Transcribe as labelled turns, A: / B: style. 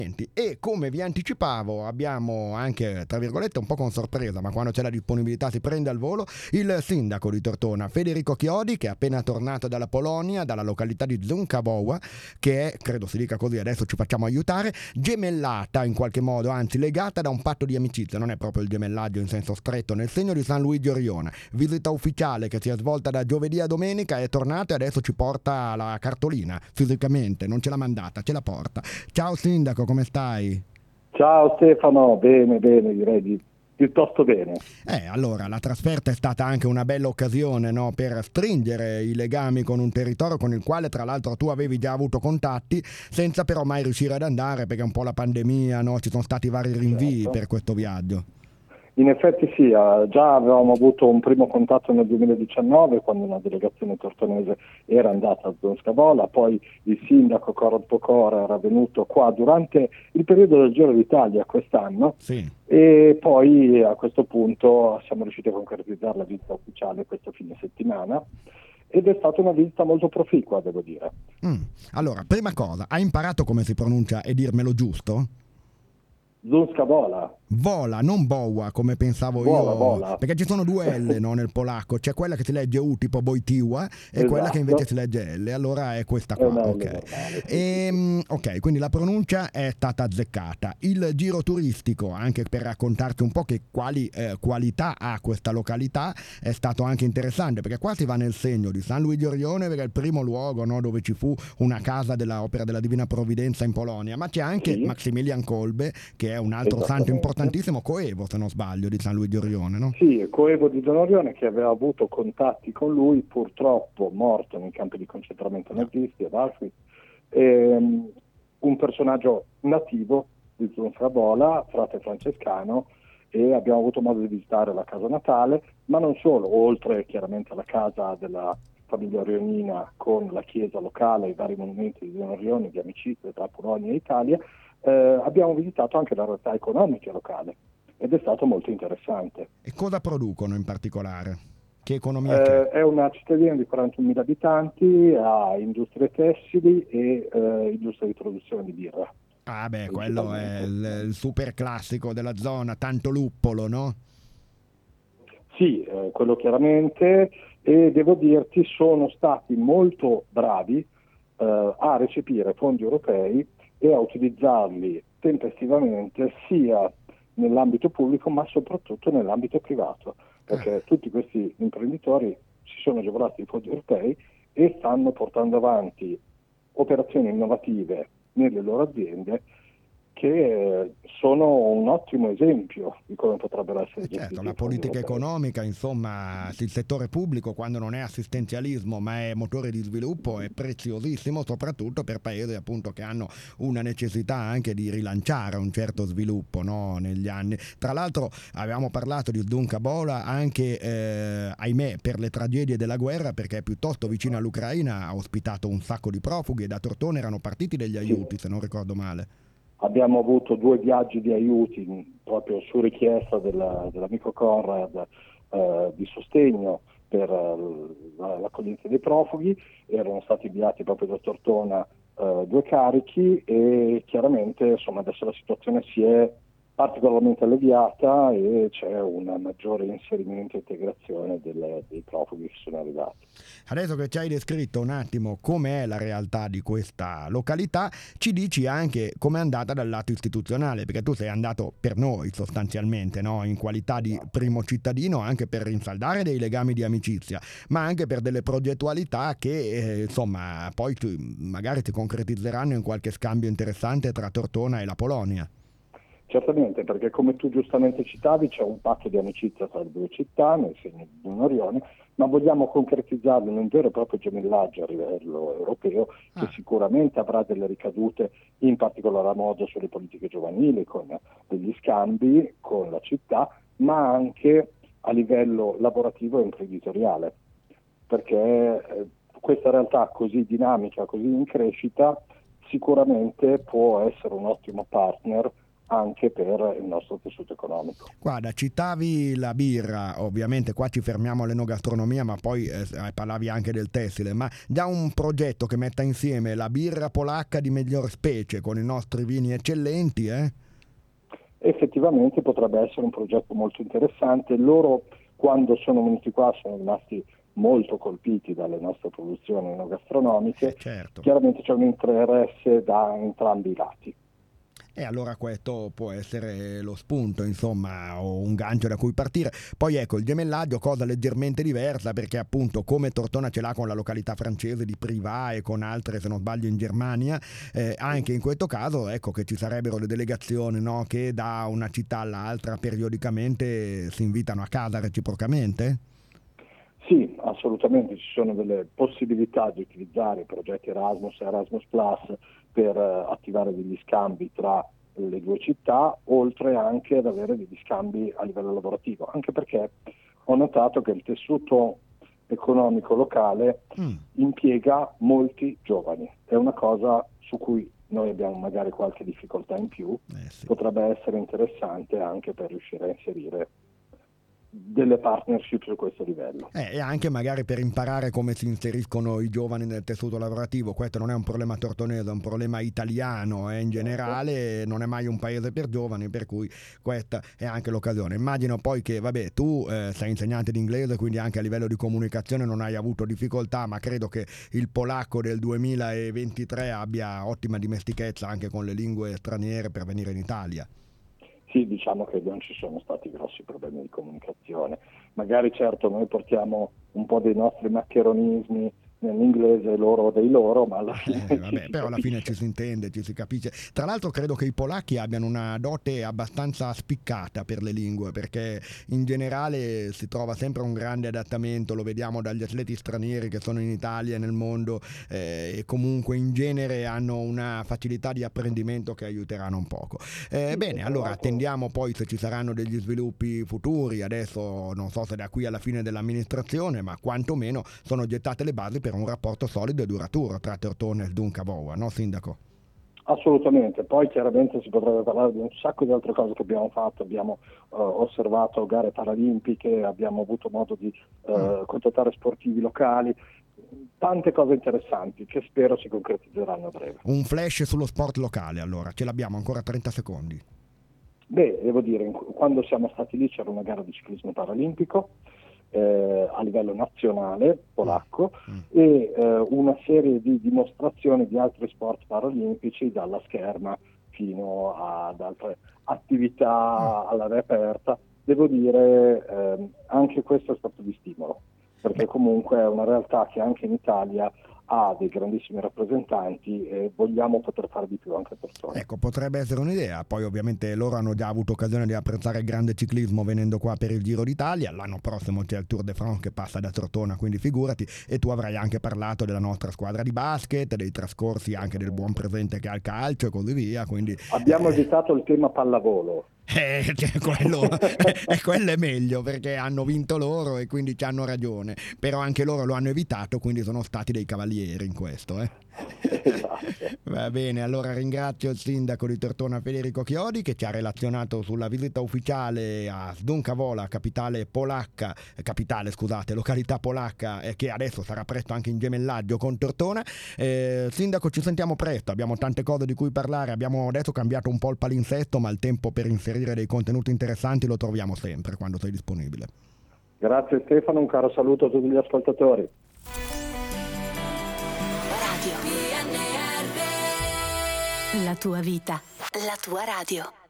A: E come vi anticipavo abbiamo anche, tra virgolette, un po' con sorpresa, ma quando c'è la disponibilità si prende al volo, il sindaco di Tortona, Federico Chiodi, che è appena tornato dalla Polonia, dalla località di Zunkabowa, che è, credo si dica così, adesso ci facciamo aiutare, gemellata in qualche modo, anzi legata da un patto di amicizia, non è proprio il gemellaggio in senso stretto, nel segno di San Luigi Orione. Visita ufficiale che si è svolta da giovedì a domenica, è tornato e adesso ci porta la cartolina fisicamente, non ce l'ha mandata, ce la porta. Ciao sindaco, come stai?
B: Ciao Stefano, bene, direi di piuttosto bene.
A: Allora, la trasferta è stata anche una bella occasione, no, per stringere i legami con un territorio con il quale tra l'altro tu avevi già avuto contatti, senza però mai riuscire ad andare perché un po' la pandemia, no, ci sono stati vari rinvii
B: Certo.
A: per questo viaggio.
B: In effetti sì, già avevamo avuto un primo contatto nel 2019 quando una delegazione tortonese era andata a Zonscavola, poi il sindaco Corrado Pocora era venuto qua durante il periodo del Giro d'Italia quest'anno
A: Sì.
B: e poi a questo punto siamo riusciti a concretizzare la visita ufficiale questo fine settimana ed è stata una visita molto proficua, devo dire.
A: Allora, prima cosa, hai imparato come si pronuncia e dirmelo giusto?
B: Zonscavola,
A: Vola, non boa come pensavo
B: vola,
A: io,
B: vola.
A: perché ci sono due L, no, nel polacco, c'è quella che si legge U tipo Wojtyła e quella che invece
B: Esatto,
A: si legge L, allora è questa
B: è
A: qua,
B: una L
A: ok.
B: normale, sì, sì, sì.
A: Ok, quindi la pronuncia è stata azzeccata. Il giro turistico, anche per raccontarti un po' che quali qualità ha questa località, è stato anche interessante, perché qua si va nel segno di San Luigi Orione, perché è il primo luogo, no, dove ci fu una casa dell'Opera della Divina Provvidenza in Polonia, ma c'è anche
B: Sì,
A: Maximilian Kolbe, che è un altro santo
B: esattamente.
A: importantissimo, coevo se non sbaglio, di San Luigi Orione, no?
B: Sì, coevo di Don Orione che aveva avuto contatti con lui, purtroppo morto nei campi di concentramento
A: No.
B: nazisti ad Auschwitz, ehm, un personaggio nativo di Zunfrabola, frate francescano, e abbiamo avuto modo di visitare la casa natale, ma non solo, oltre chiaramente alla casa della famiglia orionina con la chiesa locale e i vari monumenti di Don Orione, di amicizia tra Polonia e Italia, abbiamo visitato anche la realtà economica locale ed è stato molto interessante.
A: E cosa producono in particolare? Che economia c'è?
B: È una cittadina di 41.000 abitanti, ha industrie tessili e industria di produzione di birra,
A: Ah beh, quello è
B: principalmente.
A: il super classico della zona, tanto luppolo, no?
B: Sì, quello chiaramente, e devo dirti sono stati molto bravi a recepire fondi europei e a utilizzarli tempestivamente sia nell'ambito pubblico ma soprattutto nell'ambito privato, perché tutti questi imprenditori si sono agevolati di fondi europei e stanno portando avanti operazioni innovative nelle loro aziende che sono un ottimo esempio di come potrebbero essere
A: Certo,
B: gestiti
A: la
B: i fondi
A: politica
B: europei.
A: economica, insomma, il settore pubblico quando non è assistenzialismo ma è motore di sviluppo è preziosissimo, soprattutto per paesi appunto che hanno una necessità anche di rilanciare un certo sviluppo, no, negli anni. Tra l'altro avevamo parlato di Zunkabola anche, ahimè, per le tragedie della guerra, perché è piuttosto vicino all'Ucraina, ha ospitato un sacco di profughi e da Tortona erano partiti degli
B: Sì,
A: aiuti, se non ricordo male.
B: abbiamo avuto 2 viaggi di aiuti proprio su richiesta dell'amico Conrad di sostegno per l'accoglienza dei profughi, erano stati inviati proprio da Tortona 2 carichi e chiaramente insomma, adesso la situazione si è particolarmente alleviata e c'è un maggiore inserimento e integrazione dei profughi che sono arrivati.
A: Adesso che ci hai descritto un attimo com'è la realtà di questa località, ci dici anche com'è andata dal lato istituzionale, perché tu sei andato per noi sostanzialmente, no? In qualità di
B: Esatto.
A: primo cittadino, anche per rinsaldare dei legami di amicizia, ma anche per delle progettualità che insomma poi magari si concretizzeranno in qualche scambio interessante tra Tortona e la Polonia.
B: Certamente, perché come tu giustamente citavi c'è un patto di amicizia tra le due città, nel segno di Don Orione, ma vogliamo concretizzarlo in un vero e proprio gemellaggio a livello europeo che
A: Ah,
B: sicuramente avrà delle ricadute in particolar modo sulle politiche giovanili, con degli scambi con la città, ma anche a livello lavorativo e imprenditoriale, perché questa realtà così dinamica, così in crescita, sicuramente può essere un ottimo partner anche per il nostro tessuto economico.
A: Guarda, citavi la birra, ovviamente qua ci fermiamo all'enogastronomia, ma poi parlavi anche del tessile, ma già un progetto che metta insieme la birra polacca di miglior specie con i nostri vini eccellenti,
B: Effettivamente potrebbe essere un progetto molto interessante. Loro, quando sono venuti qua, sono rimasti molto colpiti dalle nostre produzioni enogastronomiche.
A: Certo.
B: Chiaramente c'è un interesse da entrambi i lati.
A: E allora questo può essere lo spunto, insomma, o un gancio da cui partire. Poi ecco, il gemellaggio, cosa leggermente diversa, perché appunto come Tortona ce l'ha con la località francese di Privas e con altre, se non sbaglio, in Germania, anche in questo caso ecco che ci sarebbero le delegazioni, no, che da una città all'altra periodicamente si invitano a casa reciprocamente?
B: Sì, assolutamente, ci sono delle possibilità di utilizzare i progetti Erasmus e Erasmus Plus per attivare degli scambi tra le due città, oltre anche ad avere degli scambi a livello lavorativo, anche perché ho notato che il tessuto economico locale impiega molti giovani, è una cosa su cui noi abbiamo magari qualche difficoltà in più,
A: Sì.
B: Potrebbe essere interessante anche per riuscire a inserire delle partnership su questo livello.
A: E anche magari per imparare come si inseriscono i giovani nel tessuto lavorativo. Questo non è un problema tortonese, è un problema italiano e in generale non è mai un paese per giovani, per cui questa è anche l'occasione. Immagino poi che, vabbè, tu sei insegnante di inglese, quindi anche a livello di comunicazione non hai avuto difficoltà, ma credo che il polacco del 2023 abbia ottima dimestichezza anche con le lingue straniere per venire in Italia.
B: Sì, diciamo che non ci sono stati grossi problemi di comunicazione. Magari certo noi portiamo un po' dei nostri maccheronismi nell'inglese, loro dei loro, ma alla fine
A: però alla fine ci si intende, ci si capisce. Tra l'altro credo che i polacchi abbiano una dote abbastanza spiccata per le lingue, perché in generale si trova sempre un grande adattamento, lo vediamo dagli atleti stranieri che sono in Italia e nel mondo, e comunque in genere hanno una facilità di apprendimento che aiuteranno un poco. Bene, allora attendiamo poi se ci saranno degli sviluppi futuri. Adesso non so se da qui alla fine dell'amministrazione, ma quantomeno sono gettate le basi per un rapporto solido e duraturo tra Tortona e Dunkavoa, no Sindaco?
B: Assolutamente, poi chiaramente si potrebbe parlare di un sacco di altre cose che abbiamo fatto, abbiamo osservato gare paralimpiche, abbiamo avuto modo di contattare sportivi locali, tante cose interessanti che spero si concretizzeranno a breve.
A: Un flash sullo sport locale, allora, ce l'abbiamo ancora 30 secondi.
B: Beh, devo dire, quando siamo stati lì c'era una gara di ciclismo paralimpico a livello nazionale polacco e una serie di dimostrazioni di altri sport paralimpici, dalla scherma fino ad altre attività all'aria aperta. Devo dire, anche questo è stato di stimolo, perché comunque è una realtà che anche in Italia ha dei grandissimi rappresentanti e vogliamo poter fare di più anche per Tortona.
A: Ecco, potrebbe essere un'idea. Poi ovviamente loro hanno già avuto occasione di apprezzare il grande ciclismo venendo qua per il Giro d'Italia. L'anno prossimo c'è il Tour de France che passa da Tortona, quindi figurati. E tu avrai anche parlato della nostra squadra di basket, dei trascorsi anche del buon presente che ha il calcio e così via. Quindi
B: abbiamo evitato il tema pallavolo.
A: Quello è meglio, perché hanno vinto loro e quindi ci hanno ragione, però anche loro lo hanno evitato, quindi sono stati dei cavalieri in questo.
B: Esatto.
A: Va bene, allora ringrazio il sindaco di Tortona Federico Chiodi che ci ha relazionato sulla visita ufficiale a Dunkavoa, località polacca, che adesso sarà presto anche in gemellaggio con Tortona. Sindaco, ci sentiamo presto, abbiamo tante cose di cui parlare, abbiamo adesso cambiato un po' il palinsesto, ma il tempo per inserire dei contenuti interessanti lo troviamo sempre quando sei disponibile.
B: Grazie Stefano, un caro saluto a tutti gli ascoltatori.
C: La tua vita, la tua radio.